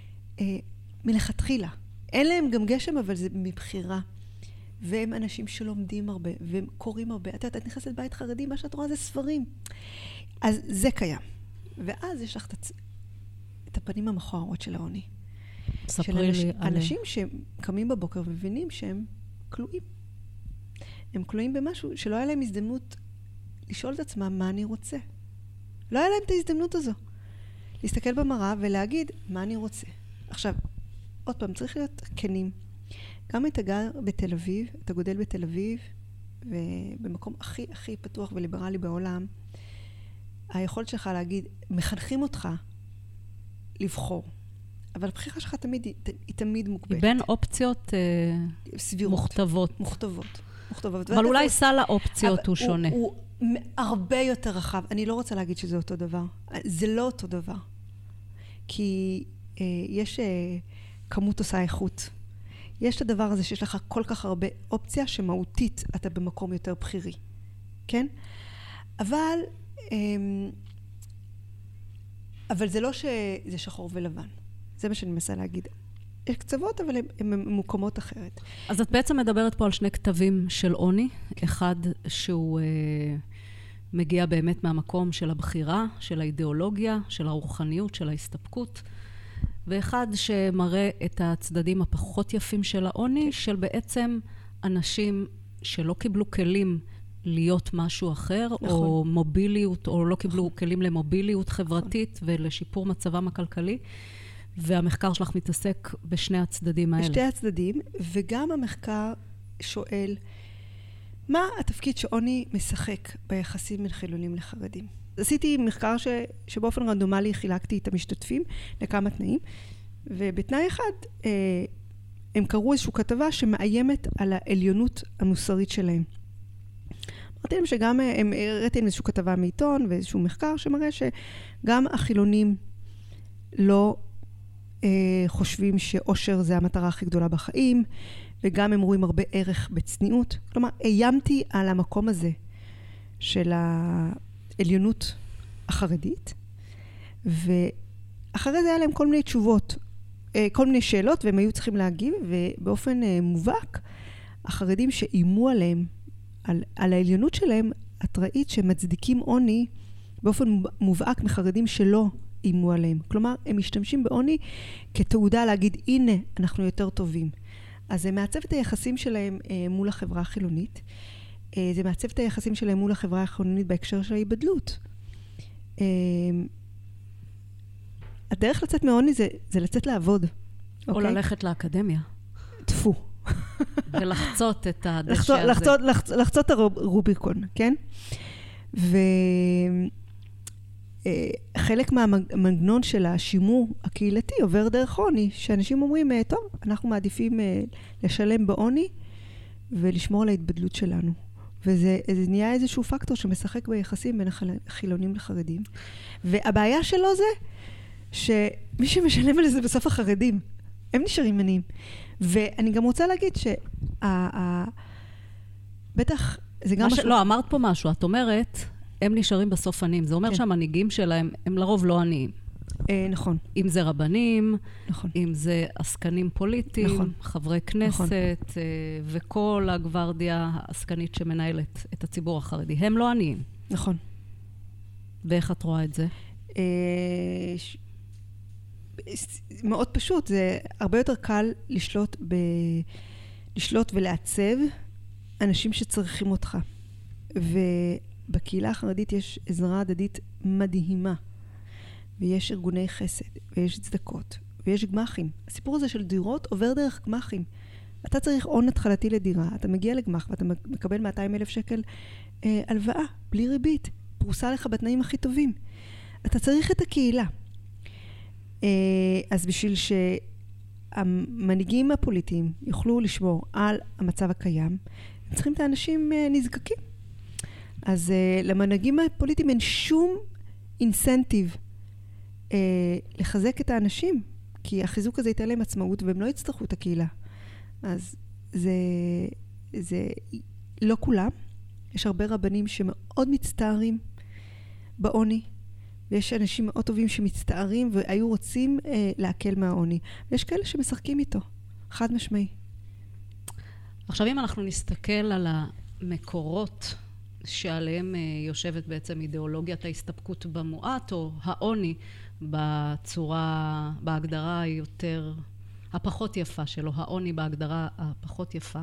מלכתחילה. אין להם גם גשם, אבל זה מבחירה. והם אנשים שלומדים הרבה, והם קוראים הרבה. את יודעת, את נכנסת לבית חרדי, מה שאת רואה זה ספרים. אז זה קיים. ואז יש לך את הפנים המכוערות של העוני. ספרי לי על... אנשים שקמים בבוקר ומבינים שהם כלואים. הם כלואים במשהו שלא היה להם הזדמנות לשאול את עצמם מה אני רוצה. לא היה להם את ההזדמנות הזו. להסתכל במראה ולהגיד מה אני רוצה. עכשיו, עוד פעם, צריך להיות כנים. גם אתה גר בתל אביב, אתה גודל בתל אביב, ובמקום הכי הכי פתוח וליברלי בעולם, היכולת שלך להגיד, מחנכים אותך לבחור. אבל הבחירה שלך תמיד, היא תמיד מוגבלת. היא בין אופציות סבירות, מוכתבות. מוכתבות. מוכתבות. אבל אולי סל האופציות הוא שונה. הוא, הוא הרבה יותר רחב. אני לא רוצה להגיד שזה אותו דבר. זה לא אותו דבר. כי אה, יש אה, כמות עושה איכות. יש את הדבר הזה שיש לך כל כך הרבה אופציה שמהותית אתה במקום יותר בחירי. כן? אבל, אה, אבל זה לא שזה שחור ולבן. זה מה שאני מנסה להגיד. יש קצוות, אבל הן ממוקמות אחרת. אז את בעצם מדברת פה על שני כתבים של עוני. אחד שהוא אה, מגיע באמת מהמקום של הבחירה, של האידיאולוגיה, של הרוחניות, של ההסתפקות. ואחד שמראה את הצדדים הפחות יפים של העוני, של בעצם אנשים שלא קיבלו כלים להיות משהו אחר, נכון. או מוביליות, או לא קיבלו נכון. כלים למוביליות חברתית נכון. ולשיפור מצבם הכלכלי. והמחקר שלך מתעסק בשני הצדדים האלה. בשתי הצדדים, וגם המחקר שואל, מה התפקיד שעוני משחק ביחסים בין חילונים לחרדים? עשיתי מחקר ש, שבאופן רנדומלי חילקתי את המשתתפים לכמה תנאים, ובתנאי אחד אה, הם קראו איזושהי כתבה שמאיימת על העליונות המוסרית שלהם. אמרתי להם שגם, הם הראיתי איזושהי כתבה מעיתון ואיזשהו מחקר שמראה שגם החילונים לא חושבים שאושר זה המטרה הכי גדולה בחיים, וגם הם רואים הרבה ערך בצניעות. כלומר, איימתי על המקום הזה של העליונות החרדית, ואחרי זה היה להם כל מיני תשובות, כל מיני שאלות, והם היו צריכים להגיב, ובאופן מובהק, החרדים שאיימו עליהם, על, על העליונות שלהם, את ראית שמצדיקים עוני באופן מובהק מחרדים שלא אימו עליהם. כלומר, הם משתמשים בעוני כתעודה להגיד, הנה, אנחנו יותר טובים. אז זה מעצב את היחסים שלהם אה, מול החברה החילונית. אה, זה מעצב את היחסים שלהם מול החברה החילונית בהקשר של ההיבדלות. אה, הדרך לצאת מעוני זה, זה לצאת לעבוד. או אוקיי? ללכת לאקדמיה. תפו. ולחצות את הדשא לחצות, הזה. לחצות, לחצות, לחצות הרוביקון, כן? ו... חלק מהמנגנון של השימור הקהילתי עובר דרך עוני, שאנשים אומרים, טוב, אנחנו מעדיפים לשלם בעוני ולשמור על ההתבדלות שלנו. וזה נהיה איזשהו פקטור שמשחק ביחסים בין החילונים לחרדים. והבעיה שלו זה שמי שמשלם על זה בסוף החרדים, הם נשארים עניים. ואני גם רוצה להגיד שבטח זה גם... לא, אמרת פה משהו, את אומרת, הם נשארים בסוף עניים. זה אומר שהמנהיגים שלהם הם לרוב לא עניים. נכון. אם זה רבנים, נכון. אם זה עסקנים פוליטיים, נכון. חברי כנסת, נכון. וכל הגוורדיה העסקנית שמנהלת את הציבור החרדי. הם לא עניים. נכון. ואיך את רואה את זה? ש... מאוד פשוט, זה הרבה יותר קל לשלוט, ב... לשלוט ולעצב אנשים שצריכים אותך. ובקהילה החרדית יש עזרה הדדית מדהימה. ויש ארגוני חסד, ויש צדקות, ויש גמחים. הסיפור הזה של דירות עובר דרך גמחים. אתה צריך הון התחלתי לדירה, אתה מגיע לגמח ואתה מקבל מאתיים אלף שקל אה, הלוואה, בלי ריבית, פרוסה לך בתנאים הכי טובים. אתה צריך את הקהילה. אה, אז בשביל שהמנהיגים הפוליטיים יוכלו לשמור על המצב הקיים, הם צריכים את האנשים אה, נזקקים. אז אה, למנהיגים הפוליטיים אין שום אינסנטיב אה, לחזק את האנשים, כי החיזוק הזה ייתן להם עצמאות והם לא יצטרכו את הקהילה. אז זה, זה לא כולם. יש הרבה רבנים שמאוד מצטערים בעוני, ויש אנשים מאוד טובים שמצטערים והיו רוצים אה, להקל מהעוני. ויש כאלה שמשחקים איתו, חד משמעי. עכשיו אם אנחנו נסתכל על המקורות שעליהם יושבת בעצם אידיאולוגיית ההסתפקות במועט, או העוני בצורה, בהגדרה היותר, הפחות יפה שלו, העוני בהגדרה הפחות יפה.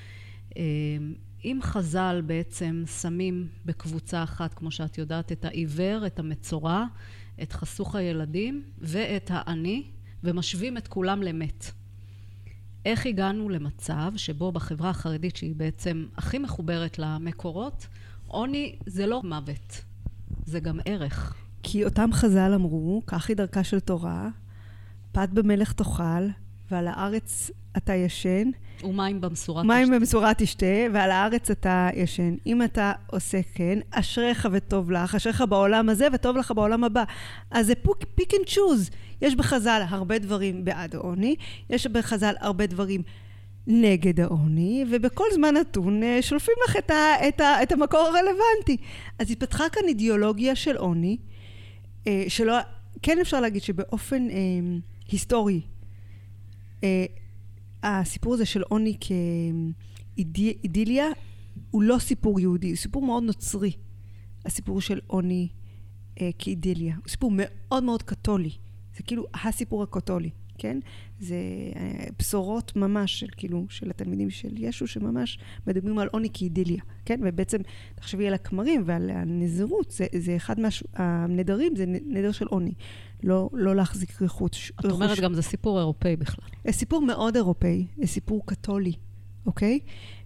אם חז"ל בעצם שמים בקבוצה אחת, כמו שאת יודעת, את העיוור, את המצורע, את חסוך הילדים ואת העני, ומשווים את כולם למת. איך הגענו למצב שבו בחברה החרדית, שהיא בעצם הכי מחוברת למקורות, עוני זה לא מוות, זה גם ערך. כי אותם חז"ל אמרו, כך היא דרכה של תורה, פת במלך תאכל, ועל הארץ אתה ישן. ומים במשורה תשתה. מים במשורה תשתה, ועל הארץ אתה ישן. אם אתה עושה כן, אשריך וטוב לך, אשריך בעולם הזה וטוב לך בעולם הבא. אז זה pick and choose. יש בחז"ל הרבה דברים בעד העוני, יש בחז"ל הרבה דברים נגד העוני, ובכל זמן נתון שולפים לך את, ה, את, ה, את המקור הרלוונטי. אז התפתחה כאן אידיאולוגיה של עוני, שלא, כן אפשר להגיד שבאופן אה, היסטורי, אה, הסיפור הזה של עוני כאידיליה, הוא לא סיפור יהודי, הוא סיפור מאוד נוצרי, הסיפור של עוני אה, כאידיליה. הוא סיפור מאוד מאוד קתולי, זה כאילו הסיפור הקתולי. כן? זה בשורות ממש של, כאילו, של התלמידים של ישו, שממש מדברים על עוני כאידיליה, כן? ובעצם, תחשבי על הכמרים ועל הנזירות, זה, זה אחד מהנדרים, זה נדר של עוני, לא, לא להחזיק ריחות. את אומרת גם, זה סיפור אירופאי בכלל. זה סיפור מאוד אירופאי, זה סיפור קתולי, אוקיי?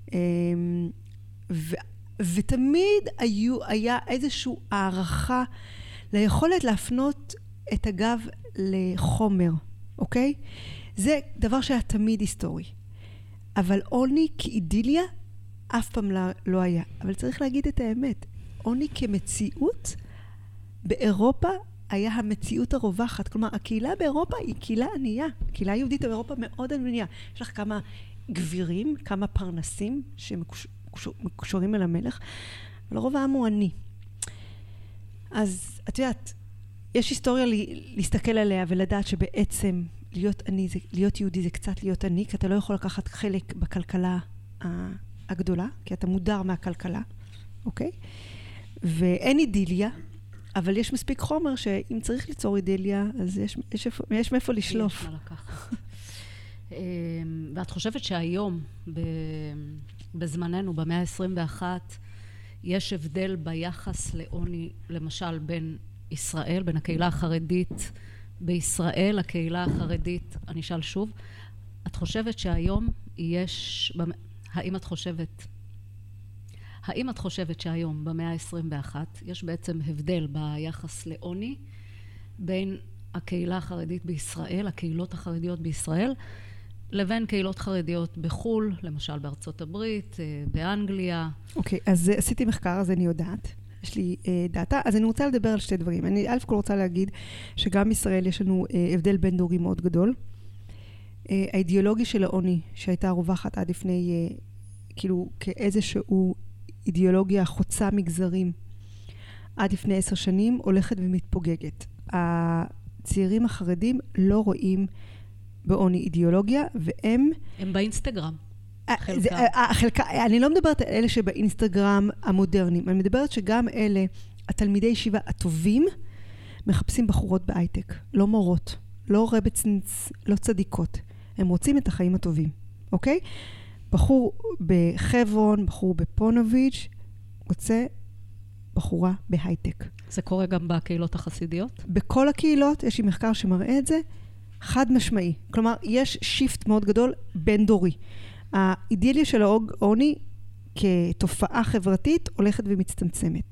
ו, ותמיד היו, היה איזושהי הערכה ליכולת להפנות את הגב לחומר, אוקיי? זה דבר שהיה תמיד היסטורי. אבל עוני כאידיליה אף פעם לא, לא היה. אבל צריך להגיד את האמת. עוני כמציאות באירופה היה המציאות הרווחת. כלומר, הקהילה באירופה היא קהילה ענייה. הקהילה היהודית באירופה מאוד ענייה. יש לך כמה גבירים, כמה פרנסים שמקושרים אל המלך, אבל הרוב העם הוא עני. אז את יודעת, יש היסטוריה להסתכל עליה ולדעת שבעצם להיות עני, זה, להיות יהודי זה קצת להיות עני, כי אתה לא יכול לקחת חלק בכלכלה הגדולה, כי אתה מודר מהכלכלה, אוקיי? ואין אידיליה, אבל יש מספיק חומר שאם צריך ליצור אידיליה, אז יש, יש, יש מאיפה לשלוף. יש מה לקחת. ואת חושבת שהיום, בזמננו, במאה ה-עשרים ואחת, יש הבדל ביחס לעוני, למשל, בין ישראל, בין הקהילה החרדית בישראל, הקהילה החרדית, אני אשאל שוב, את חושבת שהיום יש, האם את חושבת, האם את חושבת שהיום, במאה ה-עשרים ואחת, יש בעצם הבדל ביחס לעוני בין הקהילה החרדית בישראל, הקהילות החרדיות בישראל, לבין קהילות חרדיות בחול, למשל בארצות הברית, באנגליה? אוקיי, okay, אז עשיתי מחקר, אז אני יודעת. יש לי אה, דאטה, אז אני רוצה לדבר על שתי דברים. אני אלף כל רוצה להגיד שגם בישראל יש לנו אה, הבדל בין דורי מאוד גדול. אה, האידיאולוגיה של העוני, שהייתה רווחת עד לפני, אה, כאילו, כאיזשהו אידיאולוגיה חוצה מגזרים, עד לפני עשר שנים, הולכת ומתפוגגת. הצעירים החרדים לא רואים בעוני אידיאולוגיה, והם... הם באינסטגרם. זה, החלקה, אני לא מדברת על אלה שבאינסטגרם המודרניים, אני מדברת שגם אלה, התלמידי ישיבה הטובים, מחפשים בחורות בהייטק, לא מורות, לא רבצנץ, לא צדיקות. הם רוצים את החיים הטובים, אוקיי? בחור בחברון, בחור בפונוביץ', רוצה בחורה בהייטק. זה קורה גם בקהילות החסידיות? בכל הקהילות, יש לי מחקר שמראה את זה, חד משמעי. כלומר, יש שיפט מאוד גדול בין דורי. האידיליה של העוני כתופעה חברתית הולכת ומצטמצמת.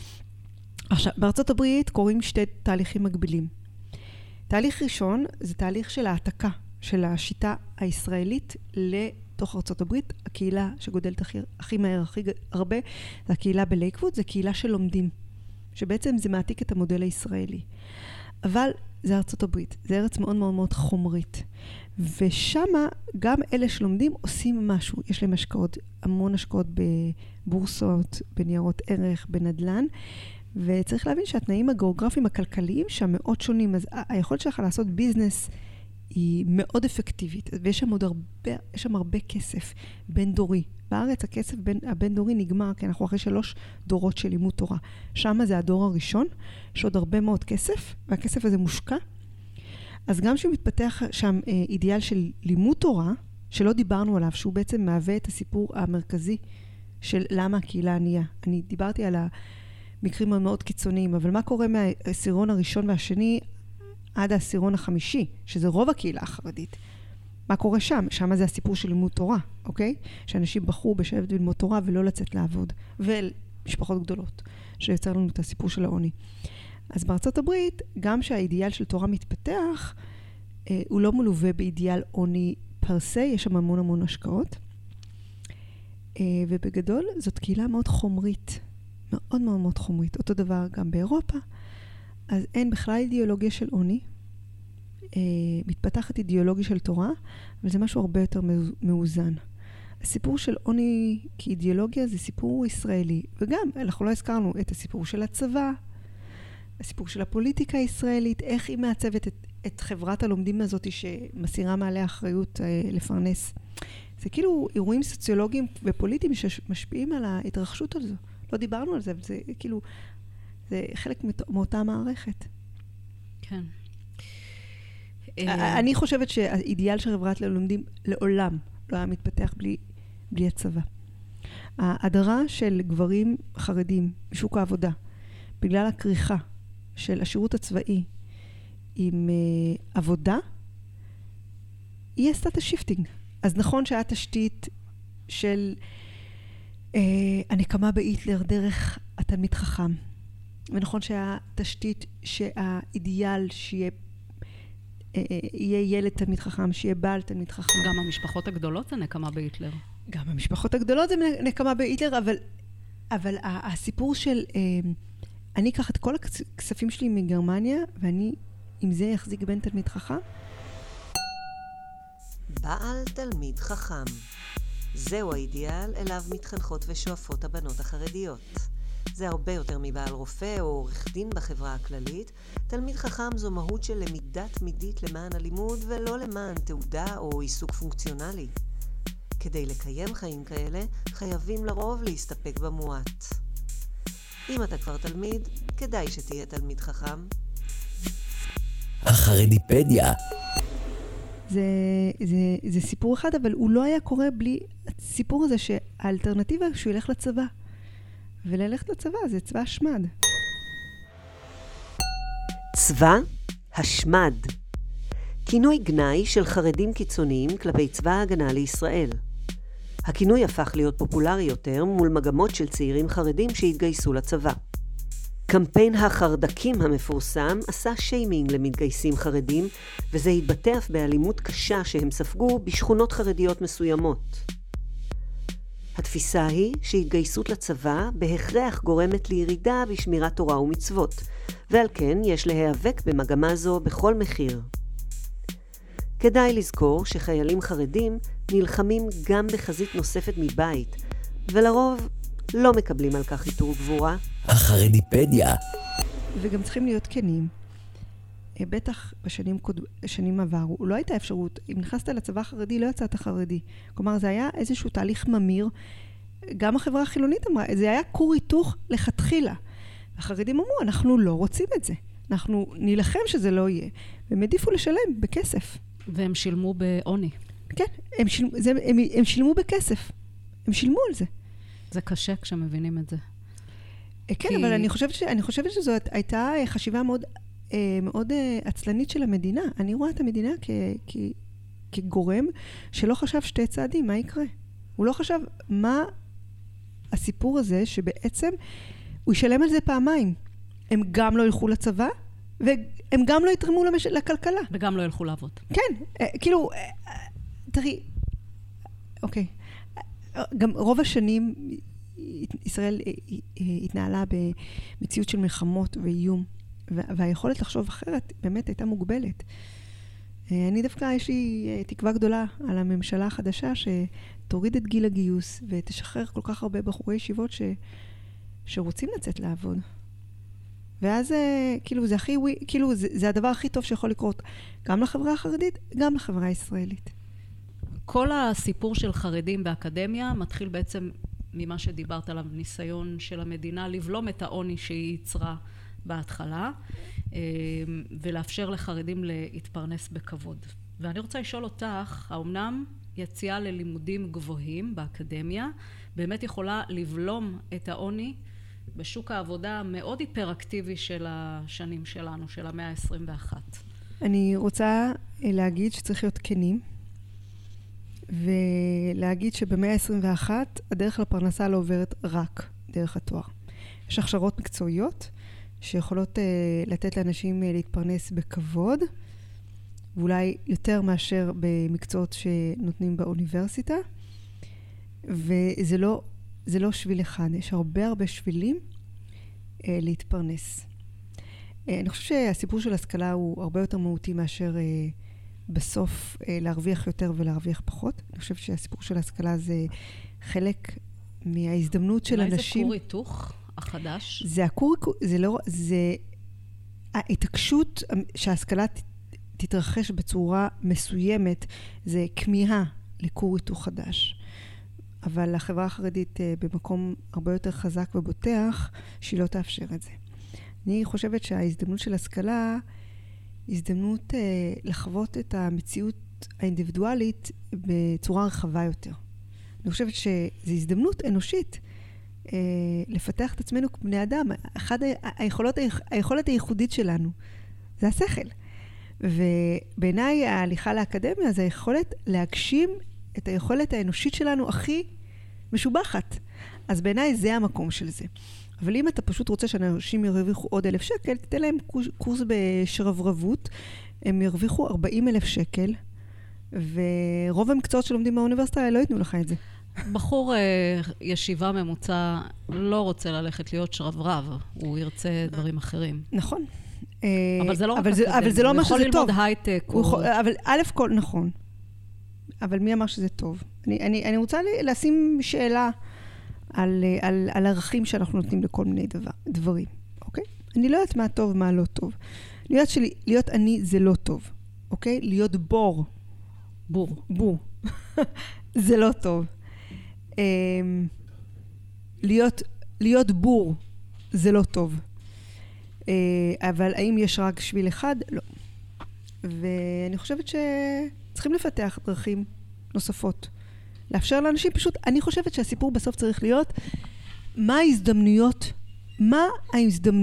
עכשיו, בארצות הברית קוראים שתי תהליכים מקבילים. תהליך ראשון זה תהליך של העתקה של השיטה הישראלית לתוך ארצות הברית. הקהילה שגודלת הכי, הכי מהר, הכי הרבה, זה הקהילה בלייקווד, זה קהילה של לומדים, שבעצם זה מעתיק את המודל הישראלי. אבל זה ארצות הברית, זה ארץ מאוד מאוד מאוד חומרית. ושמה גם אלה שלומדים עושים משהו. יש להם השקעות, המון השקעות בבורסות, בניירות ערך, בנדלן, וצריך להבין שהתנאים הגיאוגרפיים הכלכליים שם מאוד שונים, אז היכולת שלך לעשות ביזנס היא מאוד אפקטיבית, ויש שם עוד הרבה, יש שם הרבה כסף בין דורי. בארץ הכסף בין, הבין דורי נגמר, כי אנחנו אחרי שלוש דורות של לימוד תורה. שם זה הדור הראשון, יש עוד הרבה מאוד כסף, והכסף הזה מושקע. אז גם שמתפתח שם אה, אידיאל של לימוד תורה, שלא דיברנו עליו, שהוא בעצם מהווה את הסיפור המרכזי של למה הקהילה ענייה. אני דיברתי על המקרים המאוד קיצוניים, אבל מה קורה מהעשירון הראשון והשני עד העשירון החמישי, שזה רוב הקהילה החרדית? מה קורה שם? שם זה הסיפור של לימוד תורה, אוקיי? שאנשים בחרו בשבט ללמוד תורה ולא לצאת לעבוד, ומשפחות גדולות, שיוצר לנו את הסיפור של העוני. אז בארצות הברית, גם שהאידיאל של תורה מתפתח, אה, הוא לא מלווה באידיאל עוני פרסי, יש שם המון המון השקעות. אה, ובגדול, זאת קהילה מאוד חומרית, מאוד מאוד מאוד חומרית. אותו דבר גם באירופה, אז אין בכלל אידיאולוגיה של עוני, אה, מתפתחת אידיאולוגיה של תורה, אבל זה משהו הרבה יותר מאוזן. הסיפור של עוני כאידיאולוגיה זה סיפור ישראלי, וגם אנחנו לא הזכרנו את הסיפור של הצבא, הסיפור של הפוליטיקה הישראלית, איך היא מעצבת את, את חברת הלומדים הזאת שמסירה מעליה אחריות אה, לפרנס. זה כאילו אירועים סוציולוגיים ופוליטיים שמשפיעים על ההתרחשות הזו. לא דיברנו על זה, אבל זה כאילו, זה חלק מאותה מערכת. כן. אני חושבת שהאידיאל של חברת הלומדים לעולם לא היה מתפתח בלי, בלי הצבא. ההדרה של גברים חרדים בשוק העבודה, בגלל הכריכה של השירות הצבאי עם uh, עבודה, היא עשתה את השיפטינג. אז נכון שהיה תשתית של uh, הנקמה בהיטלר דרך התלמיד חכם. ונכון שהיה תשתית שהאידיאל שיהיה uh, יהיה ילד תלמיד חכם, שיהיה בעל תלמיד חכם. גם המשפחות הגדולות זה נקמה בהיטלר. גם המשפחות הגדולות זה נקמה בהיטלר, אבל, אבל הסיפור של... Uh, אני אקח את כל הכספים שלי מגרמניה, ואני עם זה יחזיק בן תלמיד חכם. בעל תלמיד חכם. זהו האידיאל אליו מתחנכות ושואפות הבנות החרדיות. זה הרבה יותר מבעל רופא או עורך דין בחברה הכללית. תלמיד חכם זו מהות של למידה תמידית למען הלימוד, ולא למען תעודה או עיסוק פונקציונלי. כדי לקיים חיים כאלה, חייבים לרוב להסתפק במועט. אם אתה כבר תלמיד, כדאי שתהיה תלמיד חכם. החרדיפדיה. זה, זה, זה סיפור אחד, אבל הוא לא היה קורה בלי הסיפור הזה שהאלטרנטיבה שהוא ילך לצבא. וללכת לצבא זה צבא השמד. צבא השמד. כינוי גנאי של חרדים קיצוניים כלפי צבא ההגנה לישראל. הכינוי הפך להיות פופולרי יותר מול מגמות של צעירים חרדים שהתגייסו לצבא. קמפיין החרדקים המפורסם עשה שיימינג למתגייסים חרדים, וזה התבטא אף באלימות קשה שהם ספגו בשכונות חרדיות מסוימות. התפיסה היא שהתגייסות לצבא בהכרח גורמת לירידה בשמירת תורה ומצוות, ועל כן יש להיאבק במגמה זו בכל מחיר. כדאי לזכור שחיילים חרדים נלחמים גם בחזית נוספת מבית, ולרוב לא מקבלים על כך עיטור גבורה. החרדיפדיה. וגם צריכים להיות כנים. בטח בשנים, קוד... בשנים עברו, לא הייתה אפשרות, אם נכנסת לצבא חרדי, לא יצאת חרדי. כלומר, זה היה איזשהו תהליך ממיר. גם החברה החילונית אמרה, זה היה כור היתוך לכתחילה. החרדים אמרו, אנחנו לא רוצים את זה. אנחנו נילחם שזה לא יהיה. והם העדיפו לשלם בכסף. והם שילמו בעוני. כן, הם, שיל... זה... הם... הם שילמו בכסף. הם שילמו על זה. זה קשה כשמבינים את זה. כן, כי... אבל אני חושבת, ש... אני חושבת שזו הייתה חשיבה מאוד... מאוד עצלנית של המדינה. אני רואה את המדינה כ, כ, כגורם שלא חשב שתי צעדים, מה יקרה? הוא לא חשב מה הסיפור הזה שבעצם הוא ישלם על זה פעמיים. הם גם לא ילכו לצבא, והם גם לא יתרמו למש... לכלכלה. וגם לא ילכו לעבוד. כן, כאילו, תראי, אוקיי, גם רוב השנים ישראל התנהלה במציאות של מלחמות ואיום. והיכולת לחשוב אחרת באמת הייתה מוגבלת. אני דווקא, יש לי תקווה גדולה על הממשלה החדשה שתוריד את גיל הגיוס ותשחרר כל כך הרבה בחורי ישיבות ש... שרוצים לצאת לעבוד. ואז כאילו זה הכי, כאילו זה, זה הדבר הכי טוב שיכול לקרות גם לחברה החרדית, גם לחברה הישראלית. כל הסיפור של חרדים באקדמיה מתחיל בעצם ממה שדיברת עליו, ניסיון של המדינה לבלום את העוני שהיא יצרה בהתחלה, ולאפשר לחרדים להתפרנס בכבוד. ואני רוצה לשאול אותך, האמנם יציאה ללימודים גבוהים באקדמיה באמת יכולה לבלום את העוני בשוק העבודה המאוד היפראקטיבי של השנים שלנו, של המאה ה-עשרים ואחת? אני רוצה להגיד שצריך להיות כנים, ולהגיד שבמאה ה-עשרים ואחת הדרך לפרנסה לא עוברת רק דרך התואר. יש הכשרות מקצועיות, שיכולות uh, לתת לאנשים uh, להתפרנס בכבוד, ואולי יותר מאשר במקצועות שנותנים באוניברסיטה, וזה לא, זה לא שביל אחד, יש הרבה הרבה שבילים uh, להתפרנס. Uh, אני חושב שהסיפור של השכלה הוא הרבה יותר מהותי מאשר uh, בסוף uh, להרוויח יותר ולהרוויח פחות. אני חושב שהסיפור של השכלה זה חלק מההזדמנות של אנשים... אולי זה כור היתוך? החדש? זה הכור, זה לא, זה ההתעקשות שההשכלה תתרחש בצורה מסוימת, זה כמיהה לכור היתוך חדש. אבל החברה החרדית במקום הרבה יותר חזק ובוטח, שהיא לא תאפשר את זה. אני חושבת שההזדמנות של השכלה, הזדמנות לחוות את המציאות האינדיבידואלית בצורה רחבה יותר. אני חושבת שזו הזדמנות אנושית, לפתח את עצמנו כבני אדם. אחד היכולות, היכולת הייחודית שלנו זה השכל. ובעיניי ההליכה לאקדמיה זה היכולת להגשים את היכולת האנושית שלנו הכי משובחת. אז בעיניי זה המקום של זה. אבל אם אתה פשוט רוצה שאנשים ירוויחו עוד אלף שקל, תתן להם קורס בשרברבות, הם ירוויחו ארבעים אלף שקל, ורוב המקצועות שלומדים באוניברסיטה לא ייתנו לך את זה. בחור ישיבה ממוצע לא רוצה ללכת להיות שרברב, הוא ירצה דברים אחרים. נכון. אבל זה לא רק אקדמיה. אבל זה לא אומר שזה טוב. הוא יכול ללמוד הייטק. אבל א' כל נכון. אבל מי אמר שזה טוב? אני, אני, אני רוצה לשים שאלה על, על, על ערכים שאנחנו נותנים לכל מיני דבר, דברים. אוקיי? אני לא יודעת מה טוב, מה לא טוב. אני יודעת שלהיות אני זה לא טוב. אוקיי? להיות בור. בור. בור. זה לא טוב. להיות, להיות בור זה לא טוב. אבל האם יש רק שביל אחד? לא. ואני חושבת שצריכים לפתח דרכים נוספות. לאפשר לאנשים פשוט, אני חושבת שהסיפור בסוף צריך להיות מה ההזדמנויות, מה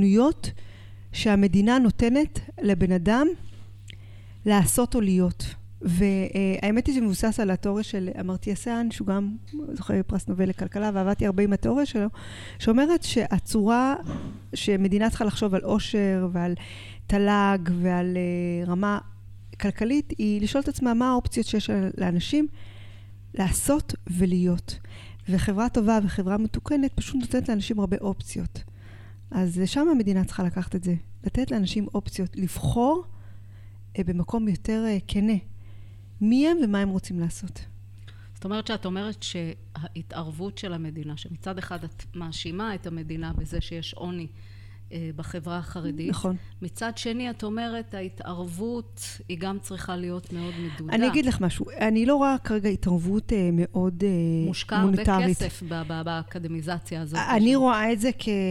ההזדמנויות שהמדינה נותנת לבן אדם לעשות או להיות. והאמת היא שזה מבוסס על התיאוריה של אמרתיה סן, שהוא גם זוכה פרס נובל לכלכלה, ועבדתי הרבה עם התיאוריה שלו, שאומרת שהצורה שמדינה צריכה לחשוב על עושר ועל תל"ג ועל רמה כלכלית, היא לשאול את עצמה מה האופציות שיש לאנשים לעשות ולהיות. וחברה טובה וחברה מתוקנת פשוט נותנת לאנשים הרבה אופציות. אז לשם המדינה צריכה לקחת את זה, לתת לאנשים אופציות, לבחור במקום יותר כנה. מי הם ומה הם רוצים לעשות. זאת אומרת שאת אומרת שההתערבות של המדינה, שמצד אחד את מאשימה את המדינה בזה שיש עוני אה, בחברה החרדית. נכון. מצד שני את אומרת ההתערבות היא גם צריכה להיות מאוד מדודה. אני אגיד לך משהו, אני לא רואה כרגע התערבות אה, מאוד אה, מוניטרית. מושקע הרבה כסף באקדמיזציה הזאת. אני רואה את זה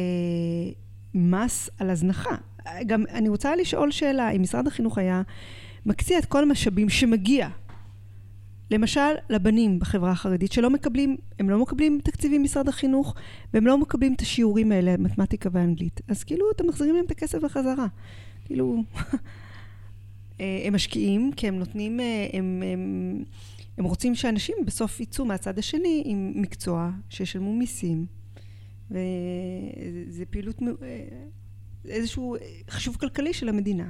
כמס על הזנחה. גם אני רוצה לשאול שאלה, אם משרד החינוך היה מקצה את כל המשאבים שמגיע, למשל לבנים בחברה החרדית, שלא מקבלים, הם לא מקבלים תקציבים משרד החינוך, והם לא מקבלים את השיעורים האלה, מתמטיקה ואנגלית. אז כאילו, אתם מחזירים להם את הכסף בחזרה. כאילו, הם משקיעים, כי הם נותנים, הם, הם, הם רוצים שאנשים בסוף יצאו מהצד השני עם מקצוע, שישלמו מיסים. וזה פעילות, איזשהו חישוב כלכלי של המדינה.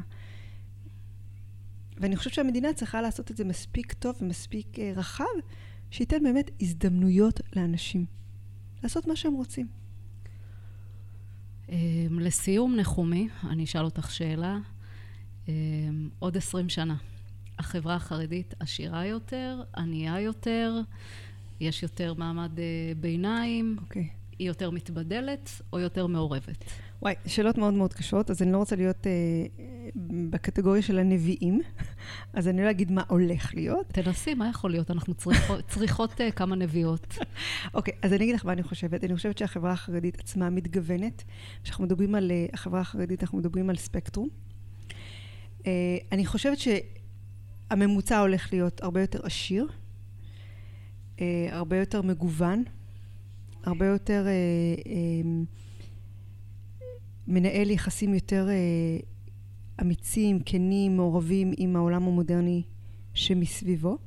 ואני חושבת שהמדינה צריכה לעשות את זה מספיק טוב ומספיק uh, רחב, שייתן באמת הזדמנויות לאנשים. לעשות מה שהם רוצים. Um, לסיום, נחומי, אני אשאל אותך שאלה. Um, עוד עשרים שנה, החברה החרדית עשירה יותר, ענייה יותר, יש יותר מעמד uh, ביניים, אוקיי. היא יותר מתבדלת או יותר מעורבת? וואי, שאלות מאוד מאוד קשות, אז אני לא רוצה להיות אה, בקטגוריה של הנביאים, אז אני לא אגיד מה הולך להיות. תנסי, מה יכול להיות? אנחנו צריכות, צריכות אה, כמה נביאות. אוקיי, אז אני אגיד לך מה אני חושבת. אני חושבת שהחברה החרדית עצמה מתגוונת. כשאנחנו מדברים על אה, החברה החרדית, אנחנו מדברים על ספקטרום. אה, אני חושבת שהממוצע הולך להיות הרבה יותר עשיר, אה, הרבה יותר מגוון, הרבה יותר... אה, אה, מנהל יחסים יותר אה, אמיצים, כנים, מעורבים עם העולם המודרני שמסביבו.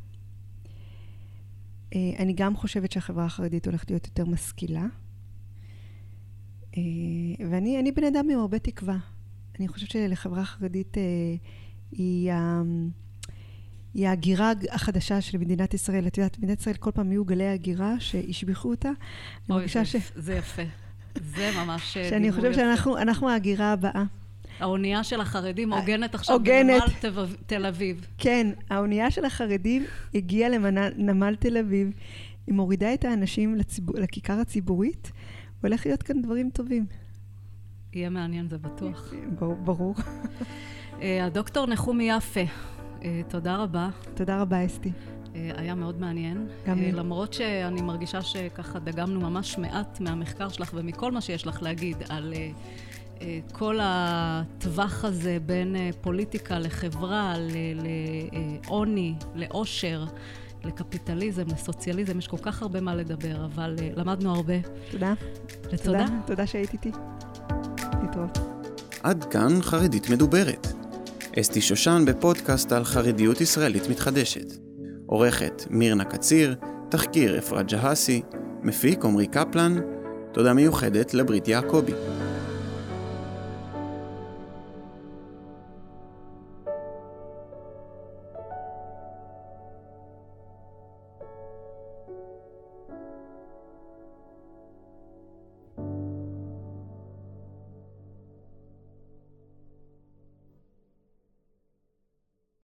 אה, אני גם חושבת שהחברה החרדית הולכת להיות יותר משכילה. אה, ואני אני בן אדם עם הרבה תקווה. אני חושבת שלחברה החרדית אה, היא, ה, היא ההגירה החדשה של מדינת ישראל. את יודעת, מדינת ישראל כל פעם יהיו גלי הגירה שהשביחו אותה. אוי, זה, ש... זה יפה. זה ממש... שאני חושבת שאנחנו אנחנו ההגירה הבאה. האונייה של החרדים עוגנת עכשיו עוגנת. בנמל תל אביב. כן, האונייה של החרדים הגיעה לנמל תל אביב. היא מורידה את האנשים לציבור, לכיכר הציבורית, והולך להיות כאן דברים טובים. יהיה מעניין, זה בטוח. ברור. הדוקטור נחומי יפה, תודה רבה. תודה רבה, אסתי. היה מאוד מעניין. גם לי. למרות שאני מרגישה שככה דגמנו ממש מעט מהמחקר שלך ומכל מה שיש לך להגיד על כל הטווח הזה בין פוליטיקה לחברה, לעוני, לעושר, לקפיטליזם, לסוציאליזם. יש כל כך הרבה מה לדבר, אבל למדנו הרבה. תודה. ותודה. תודה, תודה שהיית איתי. להתראות. עד כאן חרדית מדוברת. אסתי שושן בפודקאסט על חרדיות ישראלית מתחדשת. עורכת מירנה קציר, תחקיר אפרת ג'הסי, מפיק עמרי קפלן, תודה מיוחדת לברית יעקבי.